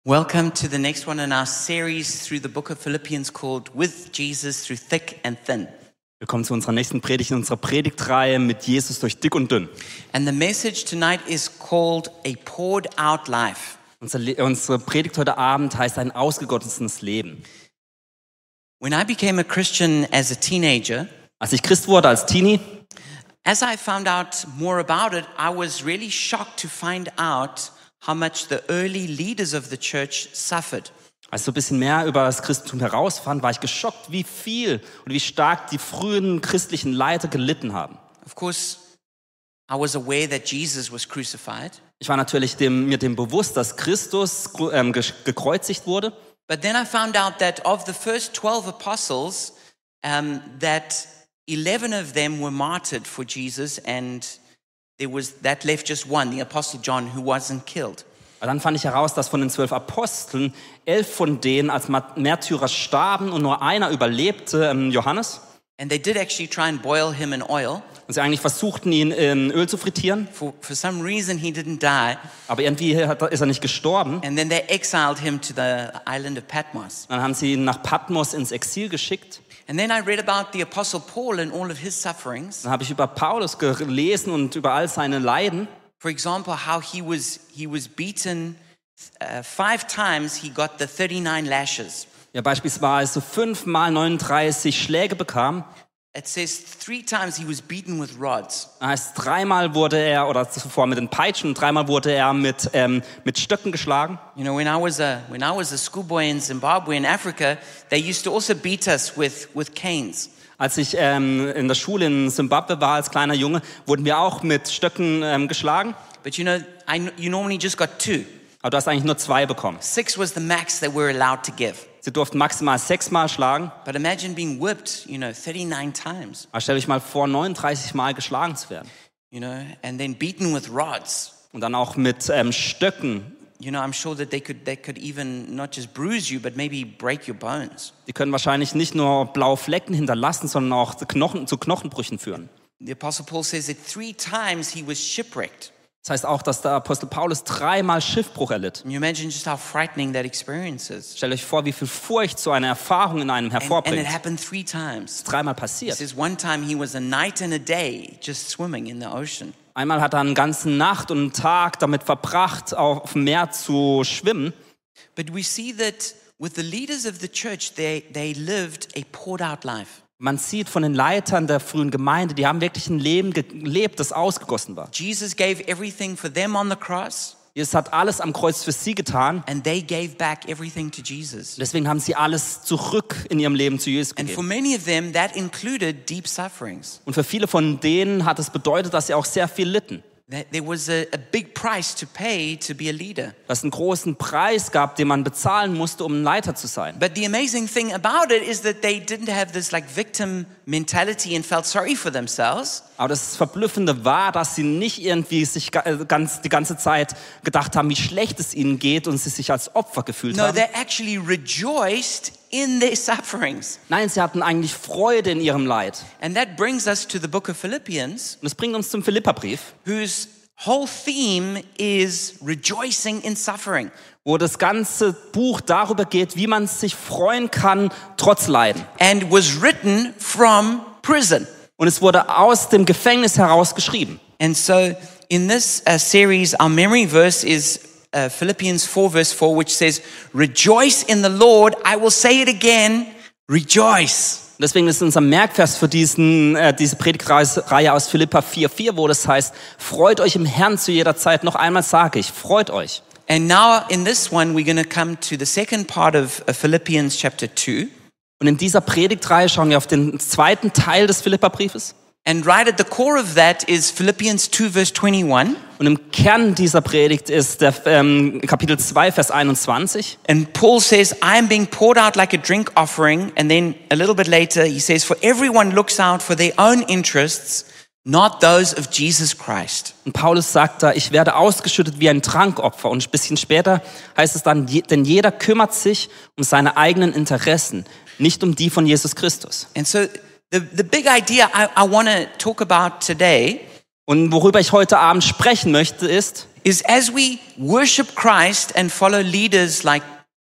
Welcome to the next one in our series through the book of Philippians called With Jesus Through Thick and Thin. Willkommen zu unserer nächsten Predigt in unserer Predigtreihe mit Jesus durch dick und dünn. And the message tonight is called A Poured Out Life. Unsere Predigt heute Abend heißt ein ausgegottetes Leben. When I became a Christian as a teenager, Als ich Christ wurde als Teenie, as I found out more about it, I was really shocked to find out how much the early leaders of the church suffered. als ich so ein bisschen mehr über das Christentum herausfand, war ich geschockt, wie viel und wie stark die frühen christlichen Leiter gelitten haben. Of course, I was aware that Jesus was crucified, Ich war natürlich mir dem bewusst, dass Christus gekreuzigt wurde. but then I found out that of the first 12 apostles, that 11 of them were martyred for Jesus, and that left just one, the Apostle John, who wasn't killed. Aber dann fand ich heraus, dass von den 12 Aposteln 11 von denen als Märtyrer starben und nur einer überlebte, Johannes. And they did actually try and boil him in oil. Und sie eigentlich versuchten, ihn in Öl zu frittieren. For some reason, he didn't die. Aber irgendwie ist er nicht gestorben. And then they exiled him to the island of Patmos. Dann haben sie ihn nach Patmos ins Exil geschickt. And then I read about the Apostle Paul and all of his sufferings. Dann habe ich über Paulus gelesen und über all seine Leiden. For example, how he was beaten 5 times. He got the 39 lashes. Ja, beispielsweise 5 mal 39 Schläge bekam. It says 3 times he was beaten with rods. Das heißt, 3-mal wurde er, oder zuvor mit den Peitschen, und 3-mal wurde er mit Stöcken geschlagen. You know, when I was a schoolboy in Zimbabwe in Africa, they used to also beat us with canes. Als ich in der Schule in Simbabwe war als kleiner Junge, wurden wir auch mit Stöcken geschlagen. But you know, you normally just got 2. Aber du hast eigentlich nur 2 bekommen. 6 was the max that we're allowed to give. Sie durften maximal 6-mal schlagen. But imagine being whipped, 39 times. Aber stell dich mal vor, 39 Mal geschlagen zu werden. And then beaten with rods. Und dann auch mit Stöcken. I'm sure that they could even not just bruise you, but maybe break your bones. Die können wahrscheinlich nicht nur blaue Flecken hinterlassen, sondern auch zu Knochenbrüchen führen. The Apostle Paul says that 3 times he was shipwrecked. Das heißt auch, dass der Apostel Paulus 3-mal Schiffbruch erlitt. Can you imagine just how frightening that experience is? Stellt euch vor, wie viel Furcht so eine Erfahrung in einem And hervorbringt. it happened 3 times. 3-mal It passiert. says one time he was a night and a day just swimming in the ocean. Einmal hat er eine ganze Nacht und einen Tag damit verbracht, auf dem Meer zu schwimmen. But we see that with the leaders of the church, they lived a poured out life. Man sieht von den Leitern der frühen Gemeinde, die haben wirklich ein Leben gelebt, das ausgegossen war. Jesus gave everything for them on the cross, Jesus hat alles am Kreuz für sie getan. and they gave back everything to Jesus. Deswegen haben sie alles zurück in ihrem Leben zu Jesus And for gegeben. many of them, that included deep sufferings. Und für viele von denen hat es bedeutet, dass sie auch sehr viel litten. There was a big price to pay to be a leader. Dass es einen großen Preis gab, den man bezahlen musste, um ein Leiter zu sein. But the amazing thing about it is that they didn't have this victim mentality and felt sorry for themselves. Aber das Verblüffende war, dass sie nicht irgendwie sich die ganze Zeit gedacht haben, wie schlecht es ihnen geht und sie sich als Opfer gefühlt No, haben. they actually rejoiced in their sufferings. Nein, sie hatten eigentlich Freude in ihrem Leid. And that brings us to the book of Philippians, Und das bringt uns zum Philipperbrief, whose whole theme is rejoicing in suffering. wo das ganze Buch darüber geht, wie man sich freuen kann, trotz Leiden. And was written from prison. Und es wurde aus dem Gefängnis heraus geschrieben. And so in this series, our memory verse is Philippians 4 verse 4, which says, "Rejoice in the Lord. I will say it again, rejoice." Und deswegen ist unser Merkvers für diese Predigtreihe aus Philipper 4,4, wo das heißt, freut euch im Herrn zu jeder Zeit. Noch einmal sage ich, freut euch. And now in this one, we're going to come to the second part of Philippians chapter 2. Und in dieser Predigtreihe schauen wir auf den zweiten Teil des Philipperbriefes. And right at the core of that is Philippians 2 verse 21. Und im Kern dieser Predigt ist der Kapitel 2, Vers 21. And Paul says, "I am being poured out like a drink offering." And then a little bit later, he says, "For everyone looks out for their own interests, not those of Jesus Christ." Und Paulus sagt da, ich werde ausgeschüttet wie ein Trankopfer. Und ein bisschen später heißt es dann, denn jeder kümmert sich um seine eigenen Interessen, nicht um die von Jesus Christus. And so the big idea I want to talk about today Und worüber ich heute Abend sprechen möchte, ist is as we worship Christ and follow leaders like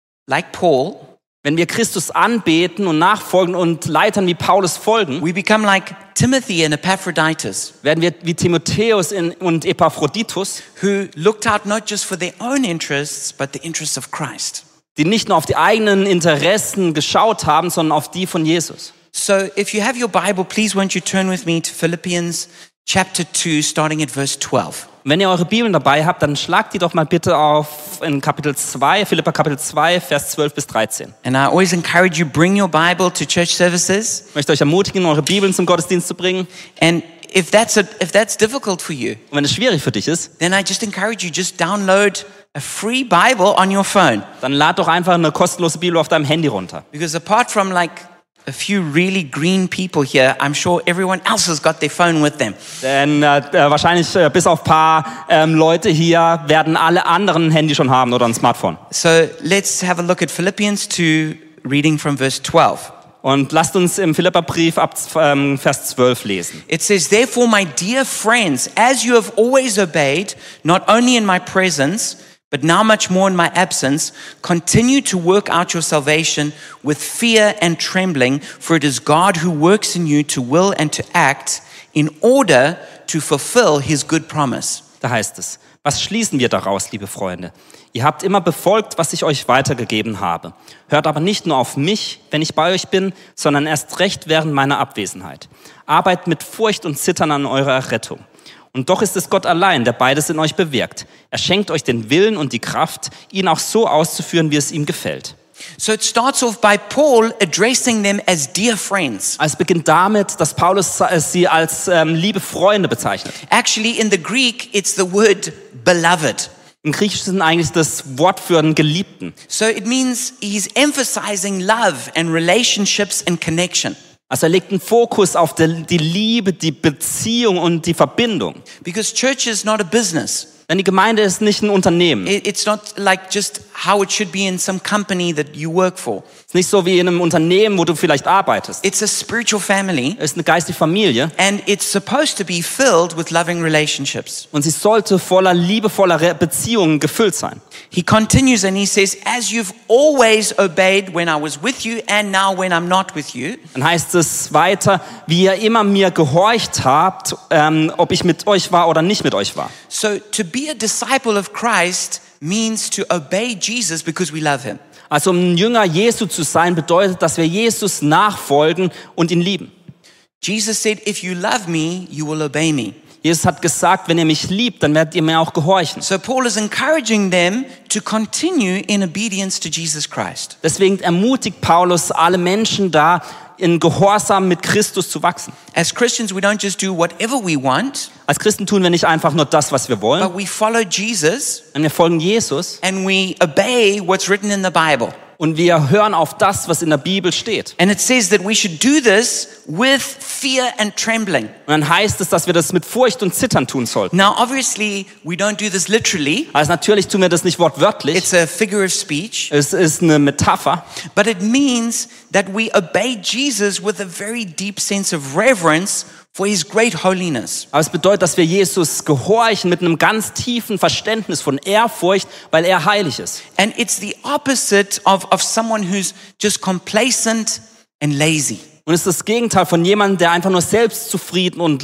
Paul, Wenn wir Christus anbeten und nachfolgen und Leitern wie Paulus folgen, we become like Timothy and Epaphroditus, werden wir wie Timotheus und Epaphroditus, who looked out not just for their own interests, but the interests of Christ. die nicht nur auf die eigenen Interessen geschaut haben, sondern auf die von Jesus. So if you have your Bible, please won't you turn with me to Philippians chapter 2, starting at verse 12. Wenn ihr eure Bibeln dabei habt, dann schlagt die doch mal bitte auf in Kapitel 2, Philipper Kapitel 2, Vers 12 bis 13. And I always encourage you, bring your Bible to church services. Ich möchte euch ermutigen, eure Bibeln zum Gottesdienst zu bringen. And if that's difficult for you, Und wenn es schwierig für dich ist, then I just encourage you, just download a free Bible on your phone. dann lad doch einfach eine kostenlose Bibel auf deinem Handy runter. Because apart from like a few really green people here, I'm sure everyone else has got their phone with them. Denn wahrscheinlich bis auf ein paar Leute hier werden alle anderen ein Handy schon haben oder ein Smartphone. So let's have a look at Philippians 2, reading from verse 12. Und lasst uns im Philipperbrief ab Vers 12 lesen. It says, therefore, my dear friends, as you have always obeyed, not only in my presence, but now much more in my absence, continue to work out your salvation with fear and trembling, for it is God who works in you to will and to act in order to fulfill his good promise. Da heißt es, was schließen wir daraus, liebe Freunde? Ihr habt immer befolgt, was ich euch weitergegeben habe. Hört aber nicht nur auf mich, wenn ich bei euch bin, sondern erst recht während meiner Abwesenheit. Arbeitet mit Furcht und Zittern an eurer Errettung. Und doch ist es Gott allein, der beides in euch bewirkt. Er schenkt euch den Willen und die Kraft, ihn auch so auszuführen, wie es ihm gefällt. So it starts off by Paul addressing them as dear friends. Es beginnt damit, dass Paulus sie als liebe Freunde bezeichnet. Actually, in the Greek, it's the word beloved. Im Griechischen ist eigentlich das Wort für einen Geliebten. So it means he's emphasizing love and relationships and connection. Also er legt einen Fokus auf die Liebe, die Beziehung und die Verbindung. Because church is not a business. Denn die Gemeinde ist nicht ein Unternehmen. It's not like just how it should be in some company that you work for. Es ist nicht so wie in einem Unternehmen, wo du vielleicht arbeitest. It's a spiritual family, Es ist eine geistige Familie and it's supposed to be filled with loving relationships. und sie sollte voller liebevoller Beziehungen gefüllt sein. He continues and he says, as you've always obeyed when I was with you and now when I'm not with you. Dann heißt es weiter, wie ihr immer mir gehorcht habt, ob ich mit euch war oder nicht mit euch war. So to be a disciple of Christ means to obey Jesus because we love him. Also um ein Jünger Jesu zu sein, bedeutet, dass wir Jesus nachfolgen und ihn lieben. Jesus said, if you love me, you will obey me. Jesus hat gesagt, wenn ihr mich liebt, dann werdet ihr mir auch gehorchen. So Paul is encouraging them to continue in obedience to Jesus Christ. Deswegen ermutigt Paulus alle Menschen da, in Gehorsam mit Christus zu wachsen. As Christians, we don't just do whatever we want, Als Christen tun wir nicht einfach nur das, was wir wollen, but we follow Jesus sondern wir folgen Jesus and we obey what's written in the Bible. und wir hören auf das, was in der Bibel steht. And it says that we should do this with fear and trembling. Und dann heißt es, dass wir das mit Furcht und Zittern tun sollten. Now, obviously, we don't do this literally. Also natürlich tun wir das nicht wortwörtlich. It's a figure of speech. Es ist eine Metapher. But it means that we obey Jesus with a very deep sense of reverence for his great holiness. Aber es bedeutet, dass wir Jesus gehorchen mit einem ganz tiefen Verständnis von Ehrfurcht, weil er heilig ist. And it's the opposite of someone who's just complacent and lazy. Und es ist das Gegenteil von jemandem, der einfach nur selbstzufrieden und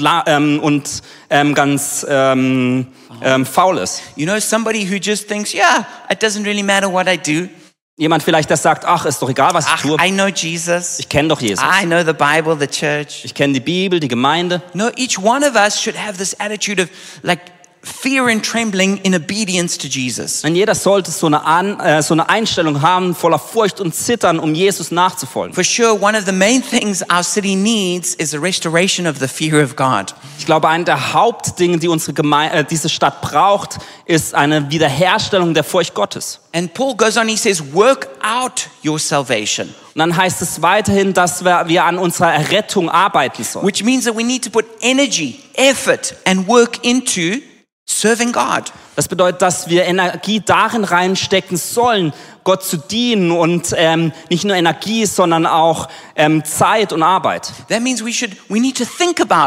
ganz faul ist. You know, somebody who just thinks, yeah, it doesn't really matter what I do. Jemand vielleicht, der sagt, ach, ist doch egal, was ich tue. I know Jesus. Ich kenne doch Jesus. I know the Bible, the church. Ich kenne die Bibel, die Gemeinde. No, each one of us should have this attitude of like fear and trembling in obedience to Jesus. Und jeder sollte so eine Einstellung haben, voller Furcht und Zittern, um Jesus nachzufolgen. For sure, one of the main things our city needs is a restoration of the fear of God. Ich glaube, eine der Hauptdinge, die diese Stadt braucht, ist eine Wiederherstellung der Furcht Gottes. And Paul goes on, he says, work out your salvation. Und dann heißt es weiterhin, dass wir an unserer Errettung arbeiten sollen. Which means that we need to put energy, effort and work into serving God. Das bedeutet, dass wir Energie darin reinstecken sollen, Gott zu dienen und nicht nur Energie, sondern auch Zeit und Arbeit. That means we need to think about it.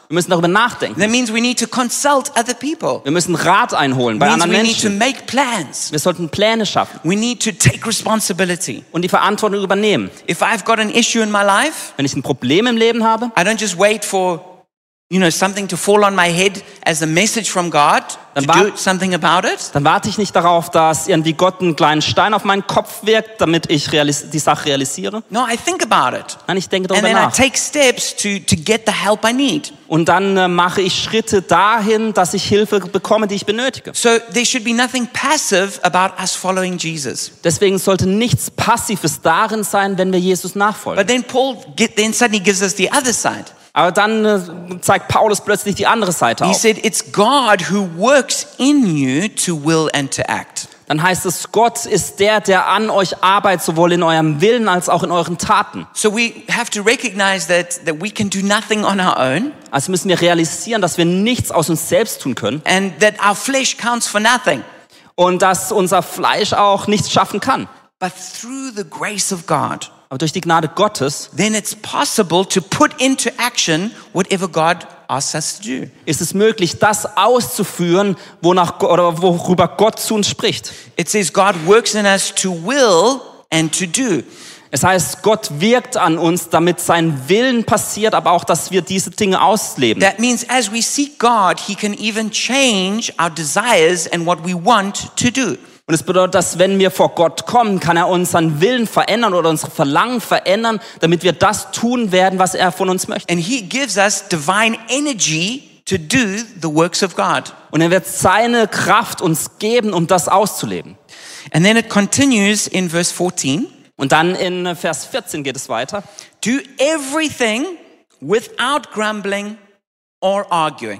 Wir müssen darüber nachdenken. That means we need to consult other people. Wir müssen Rat einholen bei It means anderen we need to Menschen. make plans. Wir sollten Pläne schaffen We need to take responsibility. und die Verantwortung übernehmen. If I've got an issue in my life, Wenn ich ein Problem im Leben habe, I don't just wait for, something to fall on my head as a message from God to Dann do something about it. dann warte ich nicht darauf, dass irgendwie Gott einen kleinen Stein auf meinen Kopf wirkt, damit ich die Sache realisiere. No, I think about it. Nein, ich denke And darüber then I nach. take steps to get the help I need. Und dann mache ich Schritte dahin, dass ich Hilfe bekomme, die ich benötige. So there should be nothing passive about us following Jesus. Deswegen sollte nichts Passives darin sein, wenn wir Jesus nachfolgen. But then Paul then suddenly gives us the other side. Aber dann zeigt Paulus plötzlich die andere Seite He auf. said, it's God who works in you to will and to act. Dann heißt es, Gott ist der an euch arbeitet, sowohl in eurem Willen als auch in euren Taten. So we have to recognize that we can do nothing on our own Also müssen wir realisieren, dass wir nichts aus uns selbst tun können and that our flesh counts for nothing. und dass unser Fleisch auch nichts schaffen kann. But through the grace of God, Aber durch die Gnade Gottes then it's possible to put into action whatever God asks us to do. ist es möglich, das auszuführen, worüber Gott zu uns spricht. It says God works in us to will and to do. Es heißt, Gott wirkt an uns, damit sein Willen passiert, aber auch, dass wir diese Dinge ausleben. That means as we seek God, He can even change our desires and what we want to do. Und es bedeutet, dass wenn wir vor Gott kommen, kann er unseren Willen verändern oder unsere Verlangen verändern, damit wir das tun werden, was er von uns möchte. And He gives us divine energy to do the works of God. Und er wird seine Kraft uns geben, um das auszuleben. And then it continues in verse 14. Und dann in Vers 14 geht es weiter. Do everything without grumbling or arguing.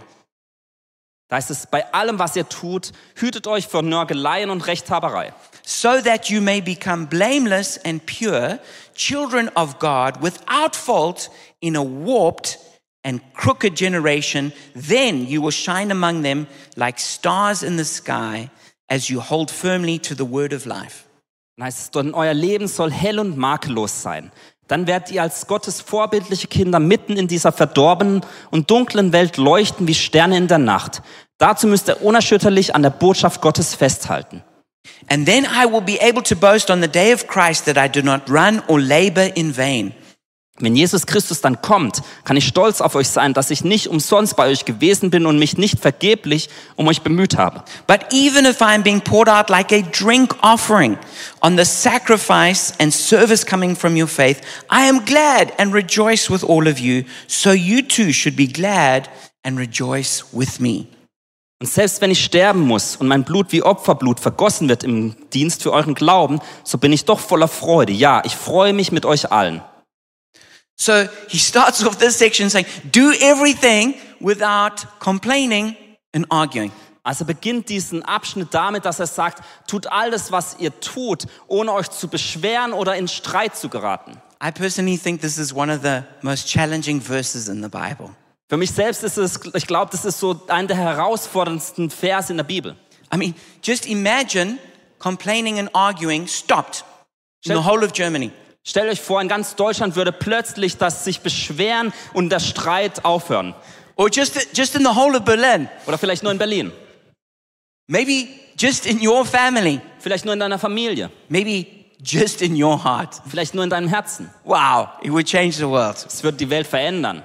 Da heißt es, bei allem, was ihr tut, hütet euch vor Nörgeleien und Rechthaberei. So that you may become blameless and pure, children of God, without fault in a warped and crooked generation. Then you will shine among them like stars in the sky as you hold firmly to the word of life. Dann heißt es, denn euer Leben soll hell und makellos sein. Dann werdet ihr als Gottes vorbildliche Kinder mitten in dieser verdorbenen und dunklen Welt leuchten wie Sterne in der Nacht. Dazu müsst ihr unerschütterlich an der Botschaft Gottes festhalten. And then I will be able to boast on the day of Christ that I do not run or labor in vain. Wenn Jesus Christus dann kommt, kann ich stolz auf euch sein, dass ich nicht umsonst bei euch gewesen bin und mich nicht vergeblich um euch bemüht habe. But even if I am being poured out like a drink offering on the sacrifice and service coming from your faith, I am glad and rejoice with all of you. So you too should be glad and rejoice with me. Und selbst wenn ich sterben muss und mein Blut wie Opferblut vergossen wird im Dienst für euren Glauben, so bin ich doch voller Freude. Ja, ich freue mich mit euch allen. So he starts off this section saying, do everything without complaining and arguing. Also beginnt diesen Abschnitt damit, dass er sagt, tut alles, was ihr tut, ohne euch zu beschweren oder in Streit zu geraten. I personally think this is one of the most challenging verses in the Bible. Für mich selbst ist es, ich glaube, das ist so einer der herausforderndsten Verse in der Bibel. I mean, just imagine complaining and arguing stopped in the whole of Germany. Stellt euch vor, in ganz Deutschland würde plötzlich das sich beschweren und der Streit aufhören. Or just in the whole of Berlin. Oder vielleicht nur in Berlin. Maybe just in your family. Vielleicht nur in deiner Familie. Maybe just in your heart. Vielleicht nur in deinem Herzen. Wow, it would change the world. Es wird die Welt verändern.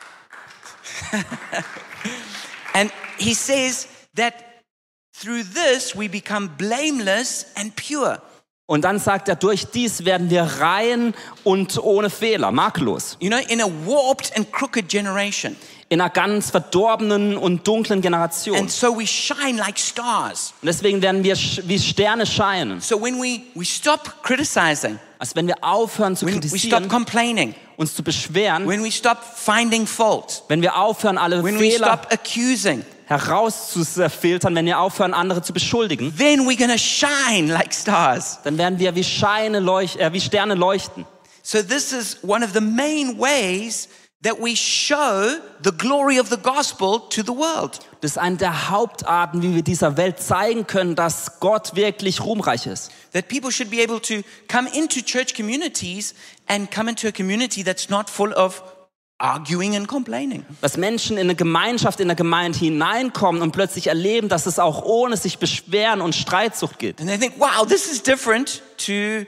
And he says that through this we become blameless and pure. Und dann sagt er, durch dies werden wir rein und ohne Fehler, makellos. You know, in a warped and crooked generation. In einer ganz verdorbenen und dunklen Generation. And so we shine like stars. Und deswegen werden wir wie Sterne scheinen. So when we stop criticizing, Also wenn wir aufhören zu when we stop kritisieren, complaining, uns zu beschweren, when we stop finding fault, wenn wir aufhören, alle when we Fehler stop accusing, herauszufiltern, wenn wir aufhören, andere zu beschuldigen, then we're going to shine like stars. dann werden wir wie Sterne leuchten. So this is one of the main ways that we show the glory of the gospel to the world. Das ist eine der Hauptarten, wie wir dieser Welt zeigen können, dass Gott wirklich ruhmreich ist. That people should be able to come into church communities and come into a community that's not full of arguing and complaining. Dass Menschen in eine Gemeinschaft, in eine Gemeinde hineinkommen und plötzlich erleben, dass es auch ohne sich beschweren und Streitsucht geht. And they think, wow, this is different to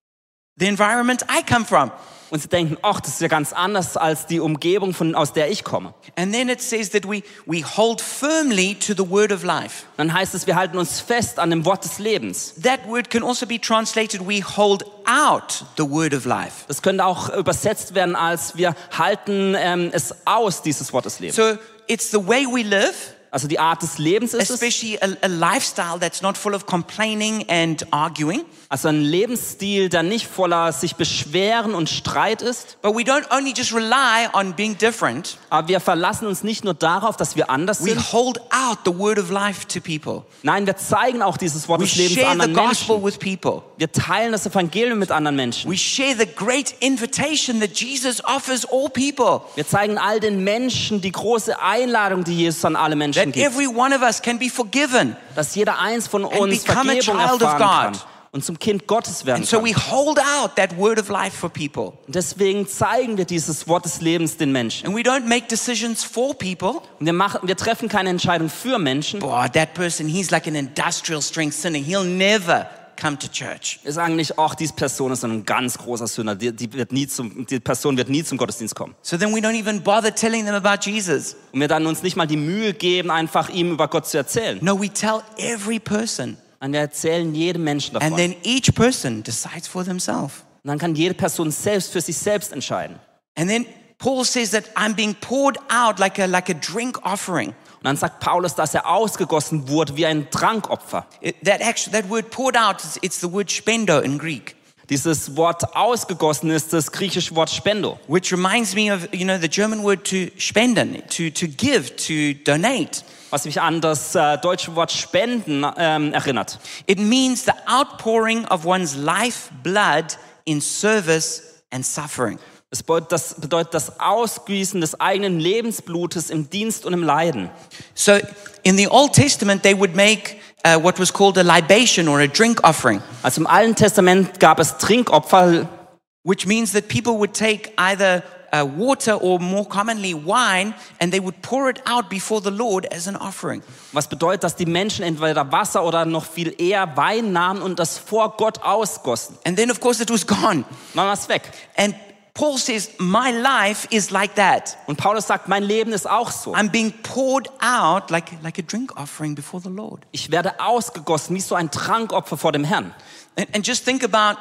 the environment I come from. Und sie denken, ach, das ist ja ganz anders als die Umgebung, aus der ich komme. And then it says that we hold firmly to the word of life. Dann heißt es, wir halten uns fest an dem Wort des Lebens. That word can also be translated, we hold out the word of life. Das könnte auch übersetzt werden als, wir halten es aus, dieses Wort des Lebens. So it's the way we live, Also die Art des Lebens ist es. especially a lifestyle that's not full of complaining and arguing. Also ein Lebensstil, der nicht voller sich beschweren und Streit ist. But we don't only just rely on being different. Aber wir verlassen uns nicht nur darauf, dass wir anders We sind. hold out the word of life to people. Nein, wir zeigen auch dieses Wort We des Lebens share the anderen gospel Menschen. with people. Wir teilen das Evangelium mit anderen Menschen. We share the great invitation that Jesus offers all people. Wir zeigen all den Menschen die große Einladung, die Jesus an alle Menschen That gibt. every one of us can be forgiven. Dass jeder eins von uns become a Vergebung child of erfahren kann God. und zum Kind Gottes werden And so kann. we hold out that word of life for people. Und deswegen zeigen wir dieses Wort des Lebens den Menschen. And we don't make decisions for people. Und wir treffen keine Entscheidung für Menschen. Boy, that person, he's like an industrial strength sinner. He'll never come to church. Wir sagen nicht, ach, diese Person ist ein ganz großer Sünder. Die Person wird nie zum Gottesdienst kommen. So then we don't even bother telling them about Jesus. Und wir dann uns nicht mal die Mühe geben, einfach ihm über Gott zu erzählen. No, we tell every person. Und wir erzählen jedem Menschen davon. And then each person decides for themselves. Und dann kann jede Person selbst für sich selbst entscheiden. And then Paul says that I'm being poured out like a drink offering. Und dann sagt Paulus, dass er ausgegossen wurde wie ein Trankopfer. That word poured out, it's the word spendo in Greek. Dieses Wort ausgegossen ist das griechische Wort spendo. Which reminds me of, the German word to spenden, to give, to donate. Was mich an das deutsche Wort spenden erinnert. It means the outpouring of one's life blood in service and suffering. Das bedeutet das Ausgießen des eigenen Lebensblutes im Dienst und im Leiden. So in the Old Testament, they would make what was called a libation or a drink offering. Also im Alten Testament gab es Trinkopfer, Which means that people would take either water or more commonly wine and they would pour it out before the Lord as an offering. was bedeutet, dass die Menschen entweder Wasser oder noch viel eher Wein nahmen und das vor Gott ausgossen. And then of course it was gone. Dann war es weg. And Paul says, my life is like that. Und Paulus sagt, mein Leben ist auch so. I'm being poured out like a drink offering before the Lord. Ich werde ausgegossen wie so ein Trankopfer vor dem Herrn. And just think about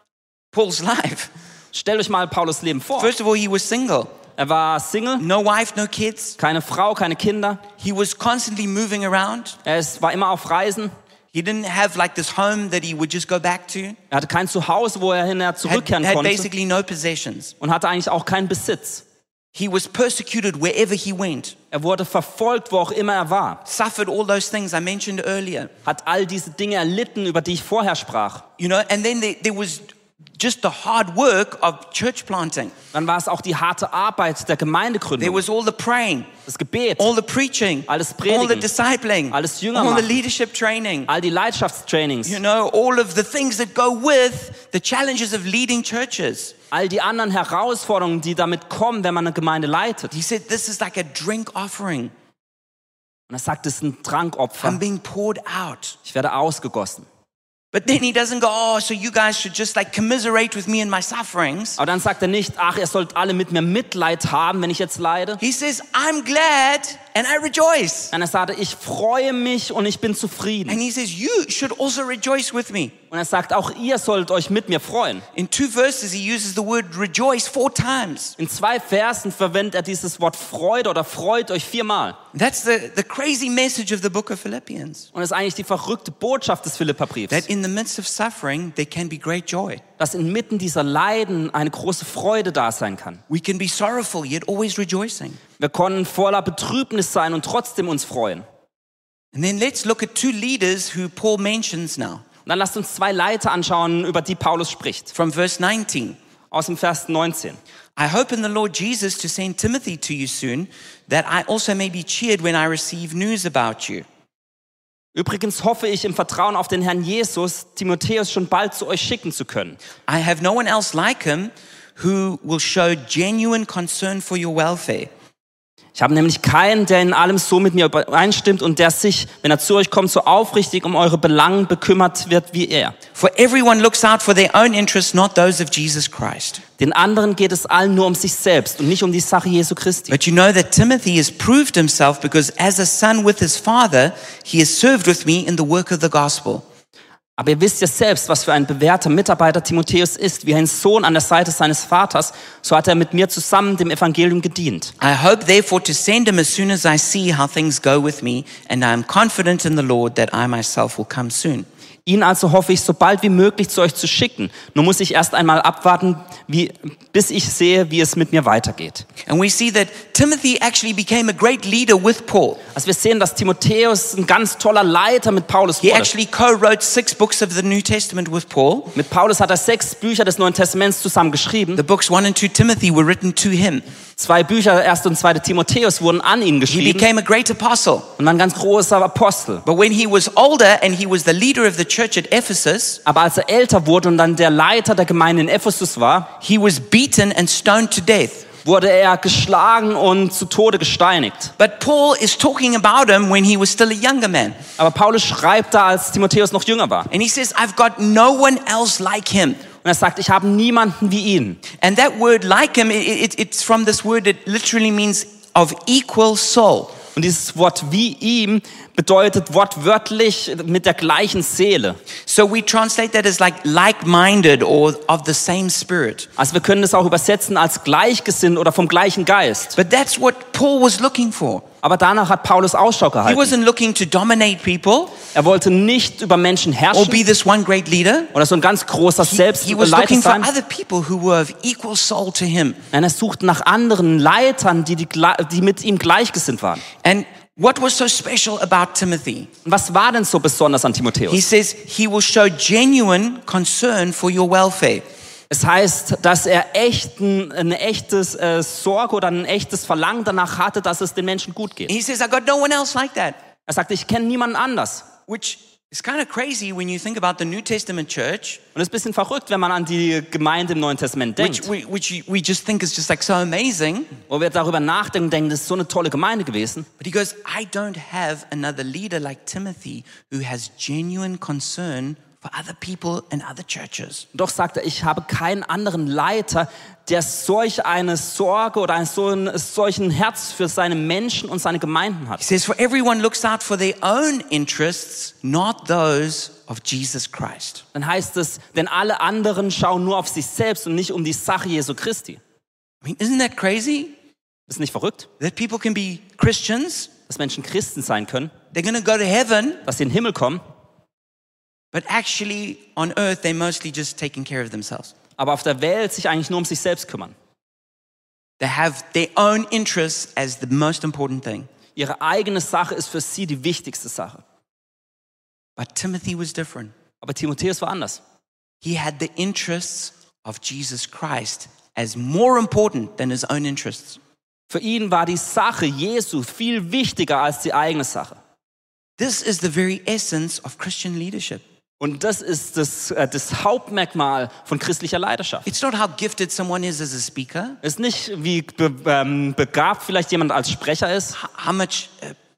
Paul's life. Stellt euch mal Paulus Leben vor. First of all, he was single. Er war Single, No wife, no kids. keine Frau, keine Kinder. He was constantly moving around. War immer auf Reisen. He didn't have like this home that he would just go back to. Er hatte kein Zuhause, wo er hinterher zurückkehren Had konnte. basically no possessions. Und hatte eigentlich auch keinen Besitz. He was persecuted wherever he went. Er wurde verfolgt, wo auch immer er war. Suffered all those things I mentioned earlier. Hat all diese Dinge erlitten, über die ich vorher sprach. And then there was just the hard work of church planting. Dann war es auch die harte Arbeit der There Gemeindegründung. was all the praying, Das Gebet, all the preaching, alles all the Predigen, discipling, alles Jünger all the machen. leadership training. all die Leidenschaftstrainings, All of the things that go with the challenges of leading churches. all die anderen Herausforderungen, die damit kommen, wenn man eine Gemeinde leitet. He said, this is like a drink offering. Und er sagt, es ist ein Trankopfer. I'm being poured out. Ich werde ausgegossen. But then he doesn't go, so you guys should just like commiserate with me and my sufferings. Aber dann sagt er nicht, ach, ihr sollt alle mit mir Mitleid haben, wenn ich jetzt leide. He says, I'm glad and I rejoice. Und er sagte, ich freue mich und ich bin zufrieden. And he says, you should also rejoice with me. Und er sagt, auch ihr sollt euch mit mir freuen. In 2 verses, he uses the word rejoice 4 times. In 2 Versen verwendet er dieses Wort Freude oder freut euch 4-mal. That's the crazy message of the book of Philippians. Und das ist eigentlich die verrückte Botschaft des Philipperbriefs. That in the midst of suffering, there can be great joy. Dass inmitten dieser Leiden eine große Freude da sein kann. We can be sorrowful, yet always rejoicing. Wir können voller Betrübnis sein und trotzdem uns freuen. And then let's look at 2 leaders who Paul mentions now. Und dann lasst uns 2 Leiter anschauen, über die Paulus spricht. From verse 19. Aus dem Vers 19. I hope in the Lord Jesus to send Timothy to you soon, that I also may be cheered when I receive news about you. Übrigens hoffe ich im Vertrauen auf den Herrn Jesus, Timotheus schon bald zu euch schicken zu können. I have no one else like him who will show genuine concern for your welfare. Ich habe nämlich keinen, der in allem so mit mir übereinstimmt und der sich, wenn er zu euch kommt, so aufrichtig um eure Belangen bekümmert wird wie er. For everyone looks out for their own interests, not those of Jesus Christ. Den anderen geht es allen nur um sich selbst und nicht um die Sache Jesu Christi. But you know that Timothy has proved himself because as a son with his father, he has served with me in the work of the gospel. Aber ihr wisst ja selbst, was für ein bewährter Mitarbeiter Timotheus ist. Wie ein Sohn an der Seite seines Vaters, so hat er mit mir zusammen dem Evangelium gedient. I hope therefore to send him as soon as I see how things go with me, and I am confident in the Lord that I myself will come soon. Ihn also hoffe ich, so bald wie möglich zu euch zu schicken. Nur muss ich erst einmal abwarten, bis ich sehe, wie es mit mir weitergeht. And we see that Timothy actually became a great leader with Paul. Also wir sehen, dass Timotheus ein ganz toller Leiter mit Paulus He wurde. actually co-wrote 6 books of the New Testament with Paul. Mit Paulus hat er 6 Bücher des Neuen Testaments zusammen geschrieben. The books 1 and 2 Timothy were written to him. 2 Bücher, 1. und 2. Timotheus, wurden an ihn He geschrieben became a great apostle. und war ein ganz großer Apostel. But when he was older and he was the leader of the church at Ephesus, Aber als er älter wurde und dann der Leiter der Gemeinde in Ephesus war, he was beaten and stoned to death. wurde er geschlagen und zu Tode gesteinigt. But Paul is talking about him when he was still a younger man. Aber Paulus schreibt da, als Timotheus noch jünger war. And he says, I've got no one else like him. Und er sagt, ich habe niemanden wie ihn. And that word like him, it's from this word that literally means of equal soul. Und dieses Wort wie ihm bedeutet wortwörtlich mit der gleichen Seele. So we translate that as like-minded or of the same spirit. Also wir können es auch übersetzen als gleichgesinnt oder vom gleichen Geist. But that's what Paul was looking for. Aber danach hat Paulus Ausschau He gehalten. wasn't looking to dominate people Er wollte nicht über Menschen or herrschen be this one great leader. oder so ein ganz großer He was Selbstleiter looking for sein. other people who were of equal soul to him. Nein, er sucht nach anderen Leitern, die mit ihm gleichgesinnt waren. And what was so special about Timothy? Und was war denn so besonders an He Timotheus? says he will show genuine concern for your welfare. Es heißt, dass er eine echte Sorge oder ein echtes Verlangen danach hatte, dass es den Menschen gut geht. He says, I got no one else like that. Er sagte, ich kenne niemanden anders. Which is kind of crazy when you think about the New Testament church, Und es ist ein bisschen verrückt, wenn man an die Gemeinde im Neuen Testament denkt. which we just think is just like so amazing. Wo wir darüber nachdenken und denken, das ist so eine tolle Gemeinde gewesen. But he goes, I don't have another leader like Timothy who has genuine concern for other people and other churches. Doch sagt er, ich habe keinen anderen Leiter, der solch eine Sorge oder solchen Herz für seine Menschen und seine Gemeinden hat. He says, for everyone looks out for their own interests, not those of Jesus Christ. Dann heißt es, denn alle anderen schauen nur auf sich selbst und nicht um die Sache Jesu Christi. I mean, isn't that crazy? Ist nicht verrückt, That people can be Christians, dass Menschen Christen sein können, they're going to go to heaven, dass sie in den Himmel kommen, but actually on earth they're mostly just taking care of themselves. aber auf der Welt sich eigentlich nur um sich selbst kümmern. They have their own interests as the most important thing. Ihre eigene Sache ist für sie die wichtigste Sache. But Timothy was different. Aber Timotheus war anders. He had the interests of Jesus Christ as more important than his own interests. Für ihn war die Sache Jesu viel wichtiger als die eigene Sache. This is the very essence of Christian leadership. Und das ist das Hauptmerkmal von christlicher Leiterschaft. It's not how gifted someone is as a speaker, Es ist nicht, wie begabt vielleicht jemand als Sprecher ist how much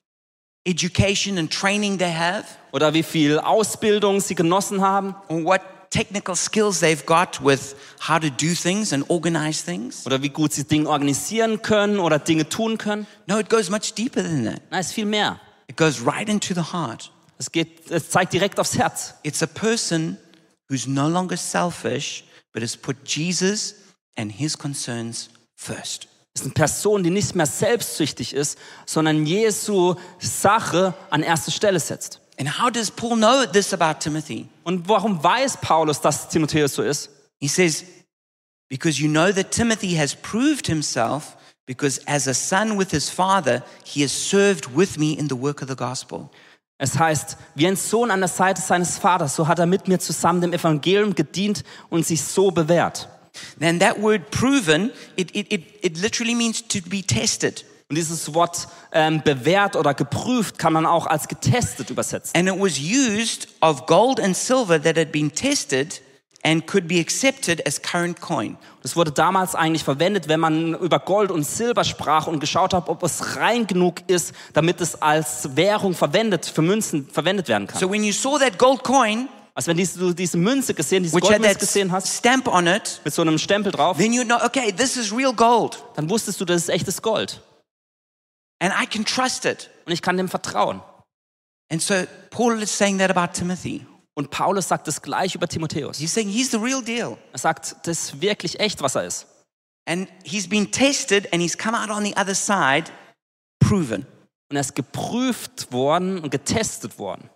education and training they have, oder wie viel Ausbildung sie genossen haben or what technical skills they've got with how to do things and organize things. oder wie gut sie Dinge organisieren können oder Dinge tun können. No, it goes much deeper than that. Nein, es ist viel mehr. It goes right into the heart. Es zeigt direkt aufs Herz. It's a person who's no longer selfish, but has put Jesus and his concerns first. Es ist eine Person, die nicht mehr selbstsüchtig ist, sondern Jesu Sache an erste Stelle setzt. And how does Paul know this about Timothy? Und warum weiß Paulus, dass Timotheus so ist? He says, because you know that Timothy has proved himself, because as a son with his father, he has served with me in the work of the gospel. Es heißt, wie ein Sohn an der Seite seines Vaters, so hat er mit mir zusammen dem Evangelium gedient und sich so bewährt. Then that word proven, it literally means to be tested. Und dieses Wort bewährt oder geprüft kann man auch als getestet übersetzen. And it was used of gold and silver that had been tested and could be accepted as current coin. Das wurde damals eigentlich verwendet, wenn man über Gold und Silber sprach und geschaut hat, ob es rein genug ist, damit es als Währung für Münzen verwendet werden kann. So when you saw that gold coin, Also wenn du diese Münze gesehen, diese which had Goldmünze that gesehen hast, stamp on it, mit so einem Stempel drauf, then you know, okay, this is real gold, dann wusstest du, das ist echtes Gold. and I can trust it. Und ich kann dem vertrauen. And so Paul is saying that about Timothy. Und Paulus sagt das gleich über Timotheus. He's saying he's the real deal. Er sagt, das ist wirklich echt, was er ist. And he's been tested and he's come out on the other side proven. Und er ist geprüft worden und getestet worden.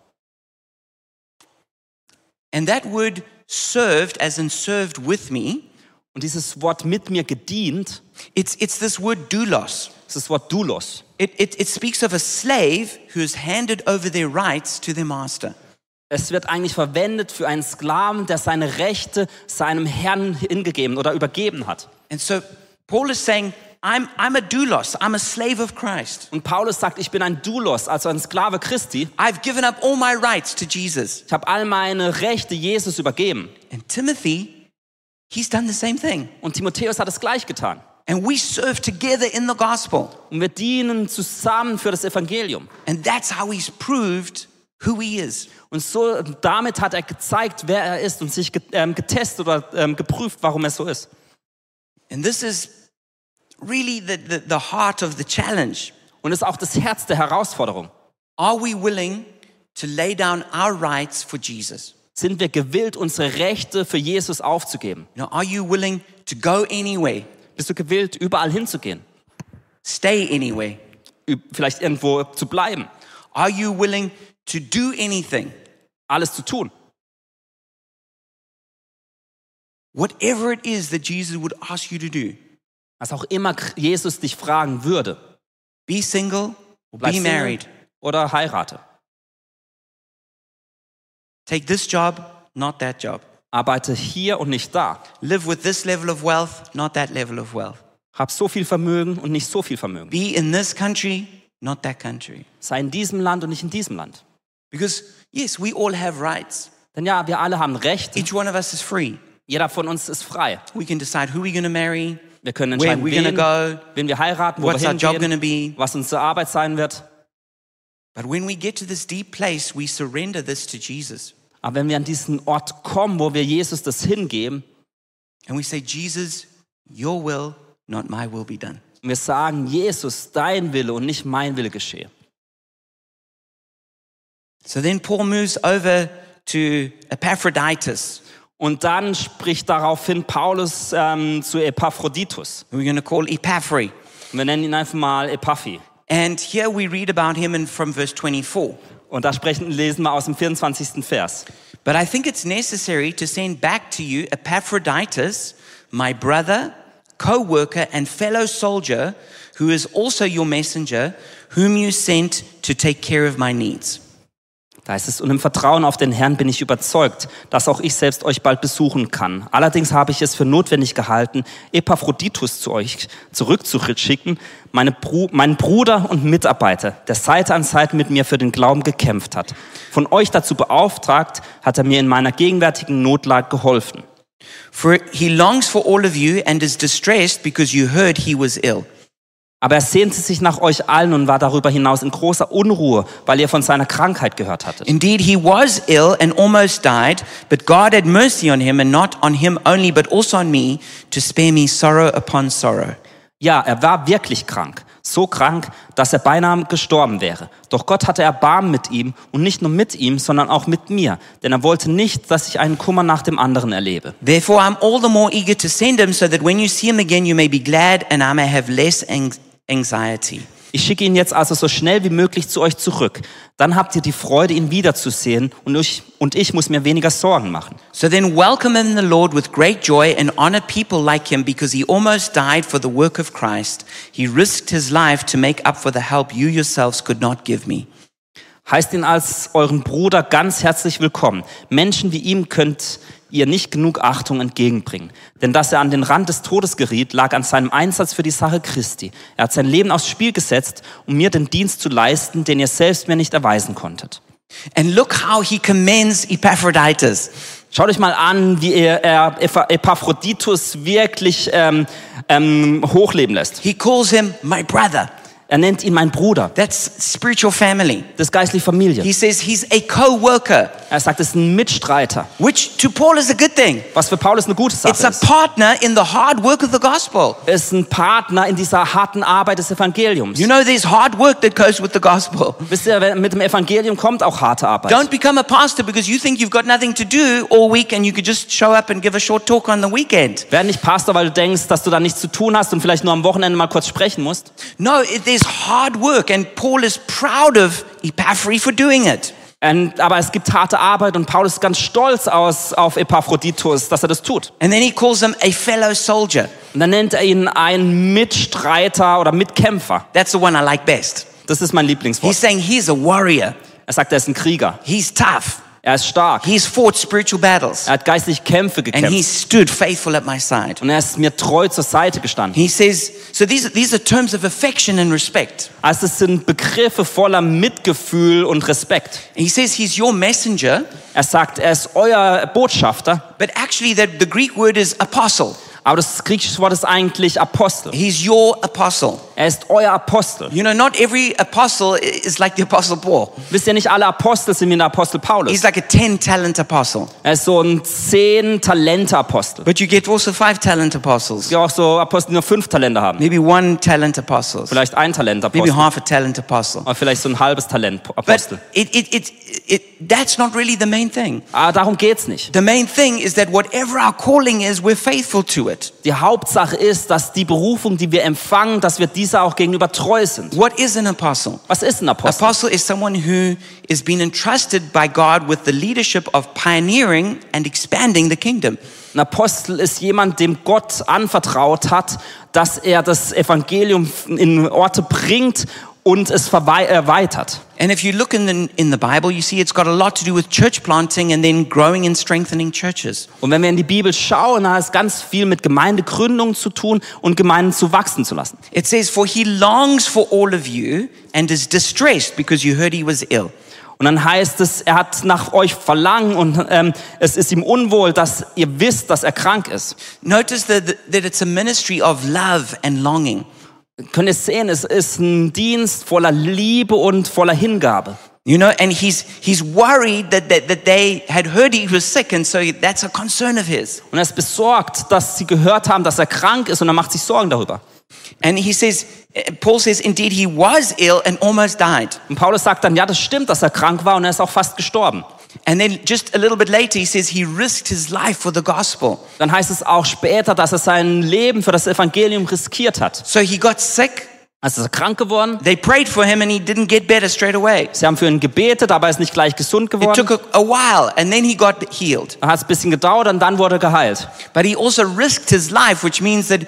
And that word served, as in served with me, Und dieses Wort mit mir gedient, it's this word doulos. ist das Wort doulos. It speaks of a slave who has handed over their rights to their master. Es wird eigentlich verwendet für einen Sklaven, der seine Rechte seinem Herrn hingegeben oder übergeben hat. And so Paul is saying, I'm a doulos, I'm a slave of Christ. Und Paulus sagt, ich bin ein Doulos, also ein Sklave Christi. I've given up all my rights to Jesus. Ich habe all meine Rechte Jesus übergeben. And Timothy, he's done the same thing. Und Timotheus hat es gleich getan. And we serve together in the gospel. Und wir dienen zusammen für das Evangelium. And that's how he's proved who he is. Und so, damit hat er gezeigt, wer er ist und sich getestet oder geprüft, warum er so ist. And this is really the heart of the challenge. Und es ist auch das Herz der Herausforderung. Are we willing to lay down our rights for Jesus? Sind wir gewillt, unsere Rechte für Jesus aufzugeben? You know, are you willing to go anyway? Bist du gewillt, überall hinzugehen? Stay anyway? Vielleicht irgendwo zu bleiben? Are you willing to do anything? Alles zu tun? Whatever it is that Jesus would ask you to do. Was auch immer Jesus dich fragen würde. Be single, Bleib be Single married. oder heirate. Take this job, not that job. Arbeite hier und nicht da. Live with this level of wealth, not that level of wealth. Hab so viel Vermögen und nicht so viel Vermögen. Be in this country, not that country. Sei in diesem Land und nicht in diesem Land. Because yes, we all have rights. Denn ja, wir alle haben Rechte. Each one of us is free. Jeder von uns ist frei. We can decide who we're going to marry, Wir können where entscheiden, we're going to go, wen wir heiraten, wo what's wir our job going hingehen, to be. was unsere Arbeit sein wird. But when we get to this deep place, we surrender this to Jesus. Aber wenn wir an diesen Ort kommen, wo wir Jesus das hingeben, And we say, Jesus, your will, not my will be done. und wir sagen, Jesus, dein Wille und nicht mein Wille geschehe. So then Paul moves over to Epaphroditus. Und dann spricht daraufhin Paulus zu Epaphroditus. We're going to call Epaphri. Wir nennen ihn einfach mal Epaphi. And here we read about him from verse 24. Und da lesen wir aus dem 24. Vers. But I think it's necessary to send back to you Epaphroditus, my brother, co-worker and fellow soldier, who is also your messenger, whom you sent to take care of my needs. Da heißt es, und im Vertrauen auf den Herrn bin ich überzeugt, dass auch ich selbst euch bald besuchen kann. Allerdings habe ich es für notwendig gehalten, Epaphroditus zu euch zurückzuschicken, meinen Bruder und Mitarbeiter, der Seite an Seite mit mir für den Glauben gekämpft hat. Von euch dazu beauftragt, hat er mir in meiner gegenwärtigen Notlage geholfen. For he longs for all of you and is distressed because you heard he was ill. Aber er sehnte sich nach euch allen und war darüber hinaus in großer Unruhe, weil ihr von seiner Krankheit gehört hattet. Indeed, he was ill and almost died, but God had mercy on him, and not on him only, but also on me, to spare me sorrow upon sorrow. Ja, er war wirklich krank. So krank, dass er beinahe gestorben wäre. Doch Gott hatte Erbarmen mit ihm und nicht nur mit ihm, sondern auch mit mir. Denn er wollte nicht, dass ich einen Kummer nach dem anderen erlebe. Therefore, I'm all the more eager to send him, so that when you see him again, you may be glad, and I may have less anxiety. Ich schicke ihn jetzt also so schnell wie möglich zu euch zurück. Dann habt ihr die Freude, ihn wiederzusehen und ich muss mir weniger Sorgen machen. So then welcome him in the Lord with great joy and honor people like him, because he almost died for the work of Christ. He risked his life to make up for the help you yourselves could not give me. Heißt ihn als euren Bruder ganz herzlich willkommen. Menschen wie ihm könnt ihr nicht genug Achtung entgegenbringen. Denn dass er an den Rand des Todes geriet, lag an seinem Einsatz für die Sache Christi. Er hat sein Leben aufs Spiel gesetzt, um mir den Dienst zu leisten, den ihr selbst mir nicht erweisen konntet. And look how he commends Epaphroditus. Schaut euch mal an, wie er Epaphroditus wirklich hochleben lässt. He calls him my brother. Er nennt ihn mein Bruder. That's spiritual family. Das ist geistliche Familie. He says he's a co-worker, Er sagt, es ist ein Mitstreiter. which to Paul is a good thing. Was für Paulus eine gute It's Sache a ist. partner in the hard work of the gospel. Er ist ein Partner in dieser harten Arbeit des Evangeliums. You know, there's hard work that goes with the gospel. Wisst ihr, mit dem Evangelium kommt auch harte Arbeit. Don't become a pastor because you think you've got nothing to do all week and you could just show up and give a short talk on the weekend. Werd nicht Pastor, weil du denkst, dass du da nichts zu tun hast und vielleicht nur am Wochenende mal kurz sprechen musst. No, there's hard work, and Paul is proud of Epaphras for doing it. Aber es gibt harte Arbeit und Paulus ist ganz stolz auf Epaphroditus, dass er das tut. And then he calls him a fellow soldier. Und dann nennt er ihn einen Mitstreiter oder Mitkämpfer. That's the one I like best. Das ist mein Lieblingswort. He's saying he's a warrior. Er sagt, er ist ein Krieger. He's tough. Er ist stark. He's fought spiritual battles. Er hat geistliche Kämpfe And gekämpft. he stood faithful at my side. Und er ist mir treu zur Seite gestanden. He says, so these are terms of affection and respect. Also es sind Begriffe voller Mitgefühl und Respekt. He says he's your messenger, Er sagt, er ist euer Botschafter. but actually the Greek word is apostle. Aber das griechische Wort ist eigentlich Apostel. He's your apostle. Er ist euer Apostel. You know, not every apostle is like the apostle Paul. Wisst ihr, nicht alle Apostel sind wie der Apostel Paulus. He's like a 10-talent apostle. Er ist so ein 10-Talente-Apostel. But you get also 5-talent apostles. Es gibt auch so Apostel, die nur 5 Talente haben. Maybe 1-talent apostles. Vielleicht ein Maybe Talent-Apostel. half a talent apostle. Oder vielleicht so ein halbes But Talent-Apostel. that's not really the main thing. Aber darum geht's nicht. The main thing is that whatever our calling is, we're faithful to it. Die Hauptsache ist, dass die Berufung, die wir empfangen, dass wir dieser auch gegenüber treu sind. What is an apostle? Was ist ein Apostel? Apostle is someone who is being entrusted by God with the leadership of pioneering and expanding the kingdom. Ein Apostel ist jemand, dem Gott anvertraut hat, dass er das Evangelium in Orte bringt und es erweitert. And if you look in the Bible, you see it's got a lot to do with church planting and then growing and strengthening churches. Und wenn wir in die Bibel schauen, dann hat es ganz viel mit Gemeindegründung zu tun und Gemeinden zu wachsen zu lassen. It says, for he longs for all of you and is distressed because you heard he was ill. Und dann heißt es, er hat nach euch verlangen und es ist ihm unwohl, dass ihr wisst, dass er krank ist. Notice that it's a ministry of love and longing. Könnt ihr sehen, es ist ein Dienst voller Liebe und voller Hingabe. You know, and he's worried that they had heard he was sick, and so that's a concern of his. Und er ist besorgt, dass sie gehört haben, dass er krank ist und er macht sich Sorgen darüber. And he says, Paul says, indeed he was ill and almost died. Und Paulus sagt dann, ja, das stimmt, dass er krank war und er ist auch fast gestorben. And then just a little bit later, he says he risked his life for the gospel. Dann heißt es auch später, dass er sein Leben für das Evangelium riskiert hat. So he got sick. Also ist er krank geworden. They prayed for him and he didn't get better straight away. Sie haben für ihn gebetet, aber er ist nicht gleich gesund It geworden. took a while and then he got healed. Dann hat es ein bisschen gedauert und dann wurde er geheilt. But he also risked his life, which means that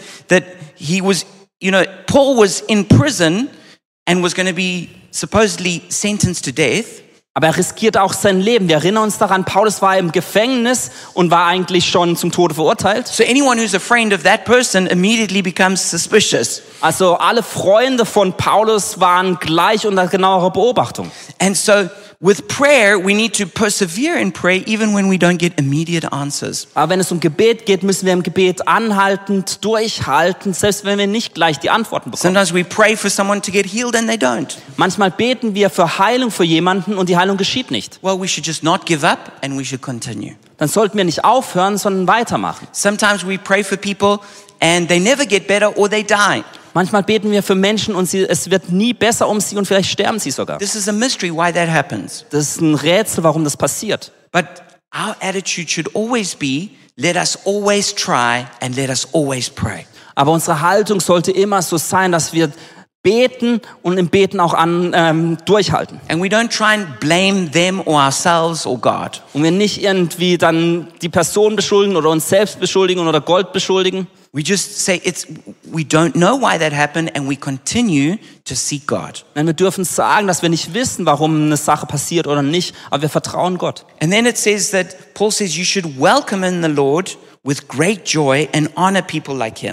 he was, you know, Paul was in prison and was going to be supposedly sentenced to death. Aber er riskierte auch sein Leben. Wir erinnern uns daran, Paulus war im Gefängnis und war eigentlich schon zum Tode verurteilt. So anyone who's a friend of that person immediately becomes suspicious. Also alle Freunde von Paulus waren gleich unter genauerer Beobachtung. And so with prayer, we need to persevere in prayer even when we don't get immediate answers. Aber wenn es um Gebet geht, müssen wir im Gebet anhaltend durchhalten, selbst wenn wir nicht gleich die Antworten bekommen. Sometimes we pray for someone to get healed and they don't. Manchmal beten wir für Heilung für jemanden und die Heilung geschieht nicht. Well, we should just not give up and we should continue. Dann sollten wir nicht aufhören, sondern weitermachen. Sometimes we pray for people and they never get better or they die. Manchmal beten wir für Menschen und es wird nie besser um sie und vielleicht sterben sie sogar. This is a mystery why that happens. Das ist ein Rätsel, warum das passiert. But our attitude should always be, let us always try and let us always pray. Aber unsere Haltung sollte immer so sein, dass wir beten und im Beten auch durchhalten. And we don't try and blame them or ourselves or God. Und wir nicht irgendwie dann die Person beschuldigen oder uns selbst beschuldigen oder Gott beschuldigen. We just say we don't know why that happened and we continue to seek God. Denn wir dürfen sagen, dass wir nicht wissen, warum eine Sache passiert oder nicht, aber wir vertrauen Gott. And then it says that Paul says you should welcome in the Lord with great joy and honor people like him.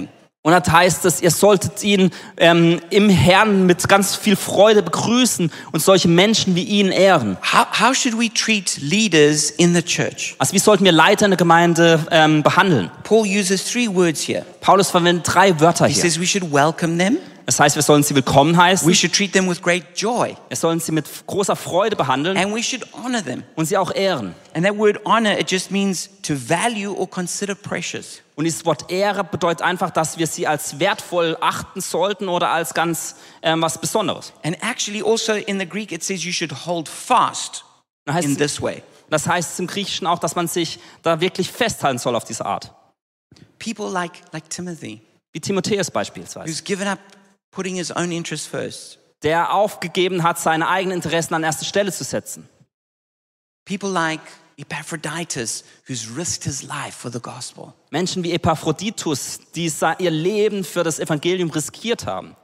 Und das heißt es, ihr solltet ihn im Herrn mit ganz viel Freude begrüßen und solche Menschen wie ihn ehren. How should we treat leaders in the church? Also wie sollten wir Leiter in der Gemeinde behandeln? Paul uses 3 words here. Paulus verwendet 3 Wörter He hier. says we should welcome them. Das heißt, wir sollen sie willkommen heißen, We should treat them with great joy. wir sollen sie mit großer Freude behandeln And we should honor them. und sie auch ehren. And that word honor, it just means to value or consider precious. Und dieses Wort Ehre bedeutet einfach, dass wir sie als wertvoll achten sollten oder als ganz was Besonderes. And actually also in the Greek, it says you should hold fast Das in heißt, this way. das heißt im Griechischen auch, dass man sich da wirklich festhalten soll auf diese Art. People like Timothy, Wie Timotheus beispielsweise, who's given up putting his own interests first. der aufgegeben hat, seine eigenen Interessen an erste Stelle zu setzen. People like Epaphroditus, who's risked his life for the gospel. Menschen wie Epaphroditus, die ihr Leben für das Evangelium riskiert haben.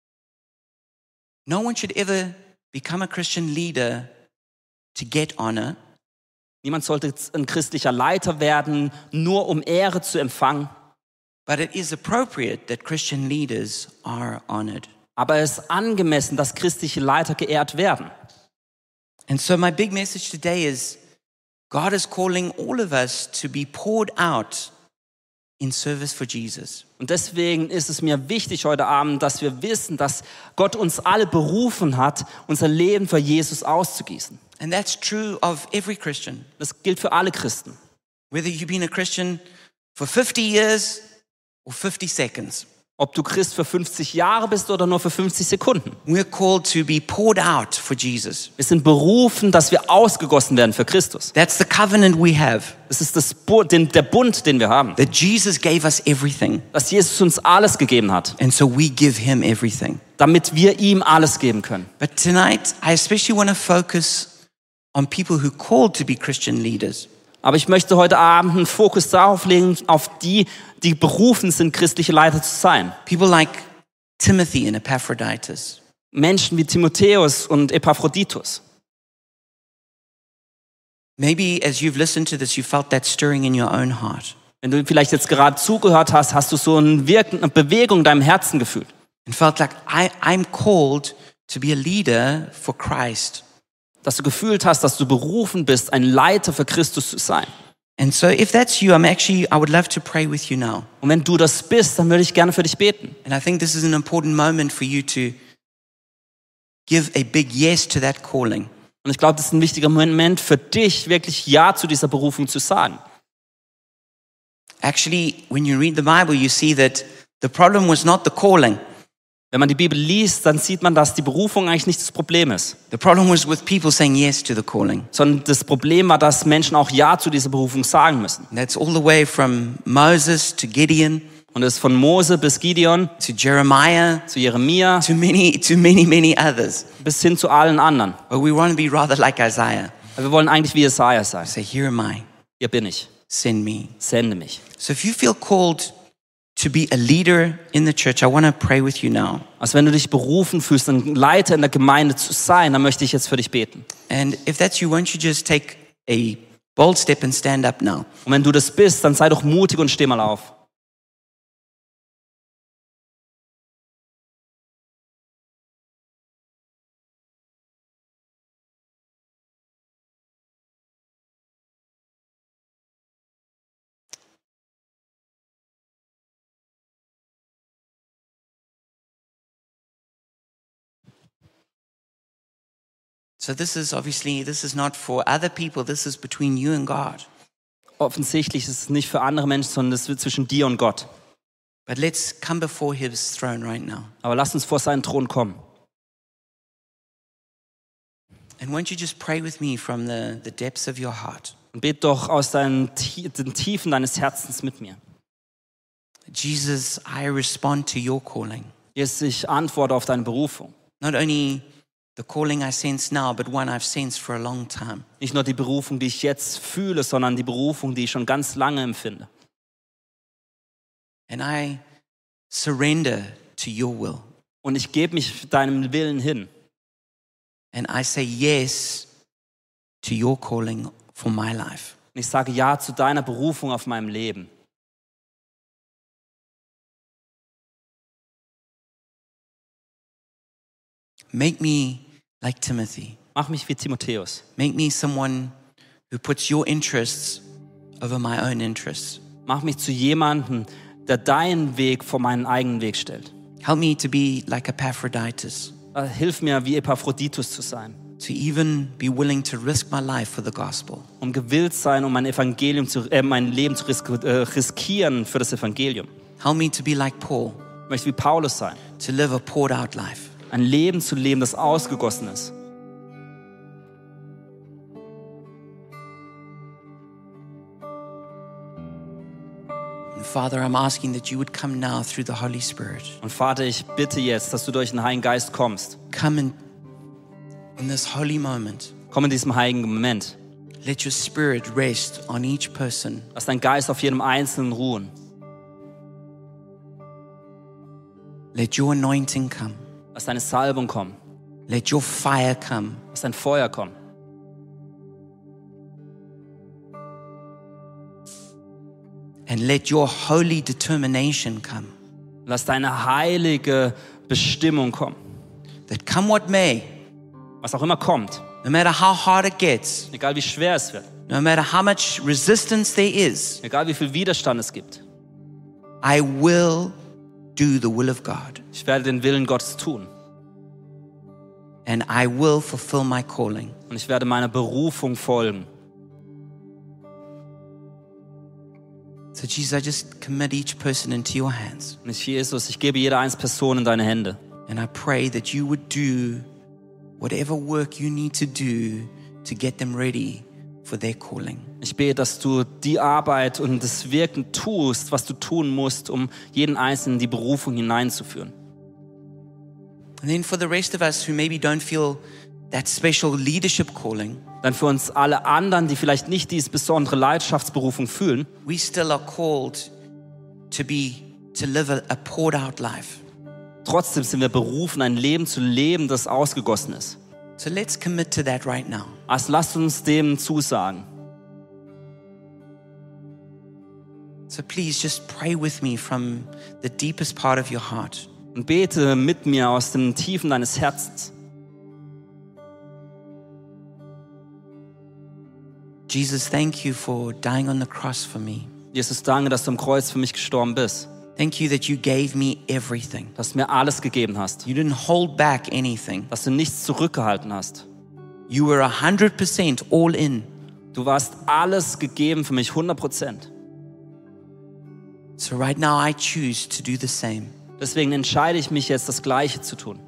No one should ever become a Christian leader to get honor. Niemand sollte ein christlicher Leiter werden, nur um Ehre zu empfangen. But it is appropriate that Christian leaders are honored. Aber es ist angemessen, dass christliche Leiter geehrt werden. And so my big message today is God is calling all of us to be poured out in service for Jesus. Und deswegen ist es mir wichtig heute Abend, dass wir wissen, dass Gott uns alle berufen hat, unser Leben für Jesus auszugießen. And that's true of every Christian. Das gilt für alle Christen. Whether you've been a Christian for 50 years or 50 seconds. Ob du Christ für 50 Jahre bist oder nur für 50 Sekunden. We're called to be poured out for Jesus. Wir sind berufen, dass wir ausgegossen werden für Christus. That's the covenant we have. Das ist der Bund, den wir haben. That Jesus gave us everything. Dass Jesus uns alles gegeben hat, And so we give him everything. damit wir ihm alles geben können. But tonight, I especially want to focus on people who are called to be Christian leaders. Aber ich möchte heute Abend einen Fokus darauf legen, auf die berufen sind, christliche Leiter zu sein. People like Timothy and Epaphroditus. Menschen wie Timotheus und Epaphroditus. Maybe as you've listened to this, you felt that stirring in your own heart. Wenn du vielleicht jetzt gerade zugehört hast, hast du so eine Bewegung in deinem Herzen gefühlt. And felt like I'm called to be a leader for Christ. Dass du gefühlt hast, dass du berufen bist, ein Leiter für Christus zu sein. And so if that's you, I would love to pray with you now. Und wenn du das bist, dann würde ich gerne für dich beten. And I think this is an important moment for you to give a big yes to that calling. Und ich glaube, das ist ein wichtiger Moment für dich, wirklich Ja zu dieser Berufung zu sagen. Actually, when you read the Bible, you see that the problem was not the calling. Wenn man die Bibel liest, dann sieht man, dass die Berufung eigentlich nicht das Problem ist. The problem was with people saying yes to the calling. Sondern das Problem war, dass Menschen auch Ja zu dieser Berufung sagen müssen. And that's all the way from Moses to Gideon, Und das ist von Mose bis Gideon, to Jeremiah, zu Jeremia, to many others. bis hin zu allen anderen. But we want to be rather like Isaiah. Aber wir wollen eigentlich wie Jesaja sein. Say, here am I, Hier bin ich, send me. sende mich. So if you feel called to be a leader in the church, I want to pray with you now. Also wenn du dich berufen fühlst, ein Leiter in der Gemeinde zu sein, dann möchte ich jetzt für dich beten. And if that's you, won't you just take a bold step and stand up now? Und wenn du das bist, dann sei doch mutig und steh mal auf. So this is not for other people, this is between you and God. Offensichtlich ist es nicht für andere Menschen, sondern es wird zwischen dir und Gott. But let's come before his throne right now. Aber lass uns vor seinen Thron kommen. And won't you just pray with me from the depths of your heart? Und bet doch aus den Tiefen deines Herzens mit mir. Jesus, I respond to your calling. Jesus, ich antworte auf deine Berufung. Not only the calling I sense now, but one I've sensed for a long time. Nicht nur die Berufung, die ich jetzt fühle, sondern die Berufung, die ich schon ganz lange empfinde. And I surrender to your will. Und ich gebe mich deinem Willen hin. And I say yes to your calling for my life. Und ich sage Ja zu deiner Berufung auf meinem Leben. Make me like Timothy. Mach mich wie Timotheus. Make me someone who puts your interests over my own interests. Mach mich zu jemandem, der deinen Weg vor meinen eigenen Weg stellt. Help me to be like Epaphroditus, Hilf mir, wie Epaphroditus zu sein. to even be willing to risk my life for the gospel. Um gewillt sein, um mein Leben zu riskieren für das Evangelium. Help me to be like Paul, Ich möchte wie Paulus sein. to live a poured out life. Ein Leben zu leben, das ausgegossen ist. And Father, I'm asking that you would come now through the Holy Spirit. Und Vater, ich bitte jetzt, dass du durch den Heiligen Geist kommst. Come in this holy moment. Komm in diesem heiligen Moment. Let your spirit rest on each person. Lass dein Geist auf jedem Einzelnen ruhen. Let your anointing come. Lass deine Salbung kommen. Let your fire come. Lass dein Feuer kommen. And let your holy determination come. Lass deine heilige Bestimmung kommen. That come what may, Was auch immer kommt, no matter how hard it gets, egal wie schwer es wird, no matter how much resistance there is, egal wie viel Widerstand es gibt, I will do the will of God. ich werde den Willen Gottes tun. And I will fulfill my calling. Und ich werde meiner Berufung folgen. So Jesus, I just commit each person into your hands. Und ich, Jesus, ich gebe jede einzelne Person in deine Hände. And I pray that you would do whatever work you need to do to get them ready for their calling. Ich bete, dass du die Arbeit und das Wirken tust, was du tun musst, um jeden Einzelnen in die Berufung hineinzuführen. And then for the rest of us who maybe don't feel that special leadership calling, Dann für uns alle anderen, die vielleicht nicht diese besondere Leidenschaftsberufung fühlen, we still are called to live a poured out life. trotzdem sind wir berufen, ein Leben zu leben, das ausgegossen ist. So let's commit to that right now. Also lasst uns dem zusagen. So please just pray with me from the deepest part of your heart. Und bete mit mir aus den Tiefen deines Herzens. Jesus, thank you for dying on the cross for me. Jesus, danke, dass du am Kreuz für mich gestorben bist. Thank you that you gave me everything. Dass du mir alles gegeben hast. You didn't hold back anything. Dass du nichts zurückgehalten hast. You were 100% all in. Du warst alles gegeben für mich, 100%. So right now I choose to do the same. Deswegen entscheide ich mich jetzt, das Gleiche zu tun.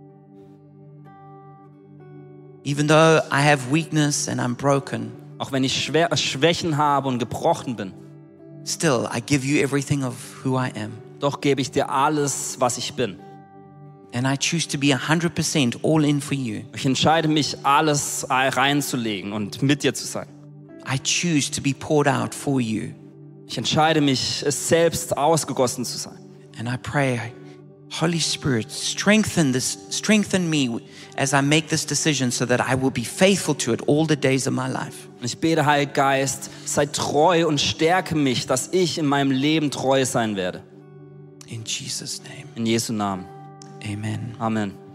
Even though I have weakness and I'm broken, Auch wenn ich Schwächen habe und gebrochen bin, still I give you everything of who I am. doch gebe ich dir alles, was ich bin. And I choose to be 100% all in for you. Ich entscheide mich, alles reinzulegen und mit dir zu sein. I choose to be poured out for you. Ich entscheide mich, es selbst ausgegossen zu sein. And I pray, Holy Spirit, strengthen me as I make this decision so that I will be faithful to it all the days of my life. Und ich bete, Heiliger Geist, sei treu und stärke mich, dass ich in meinem Leben treu sein werde. In Jesus' name, In Jesu Namen. amen. Amen.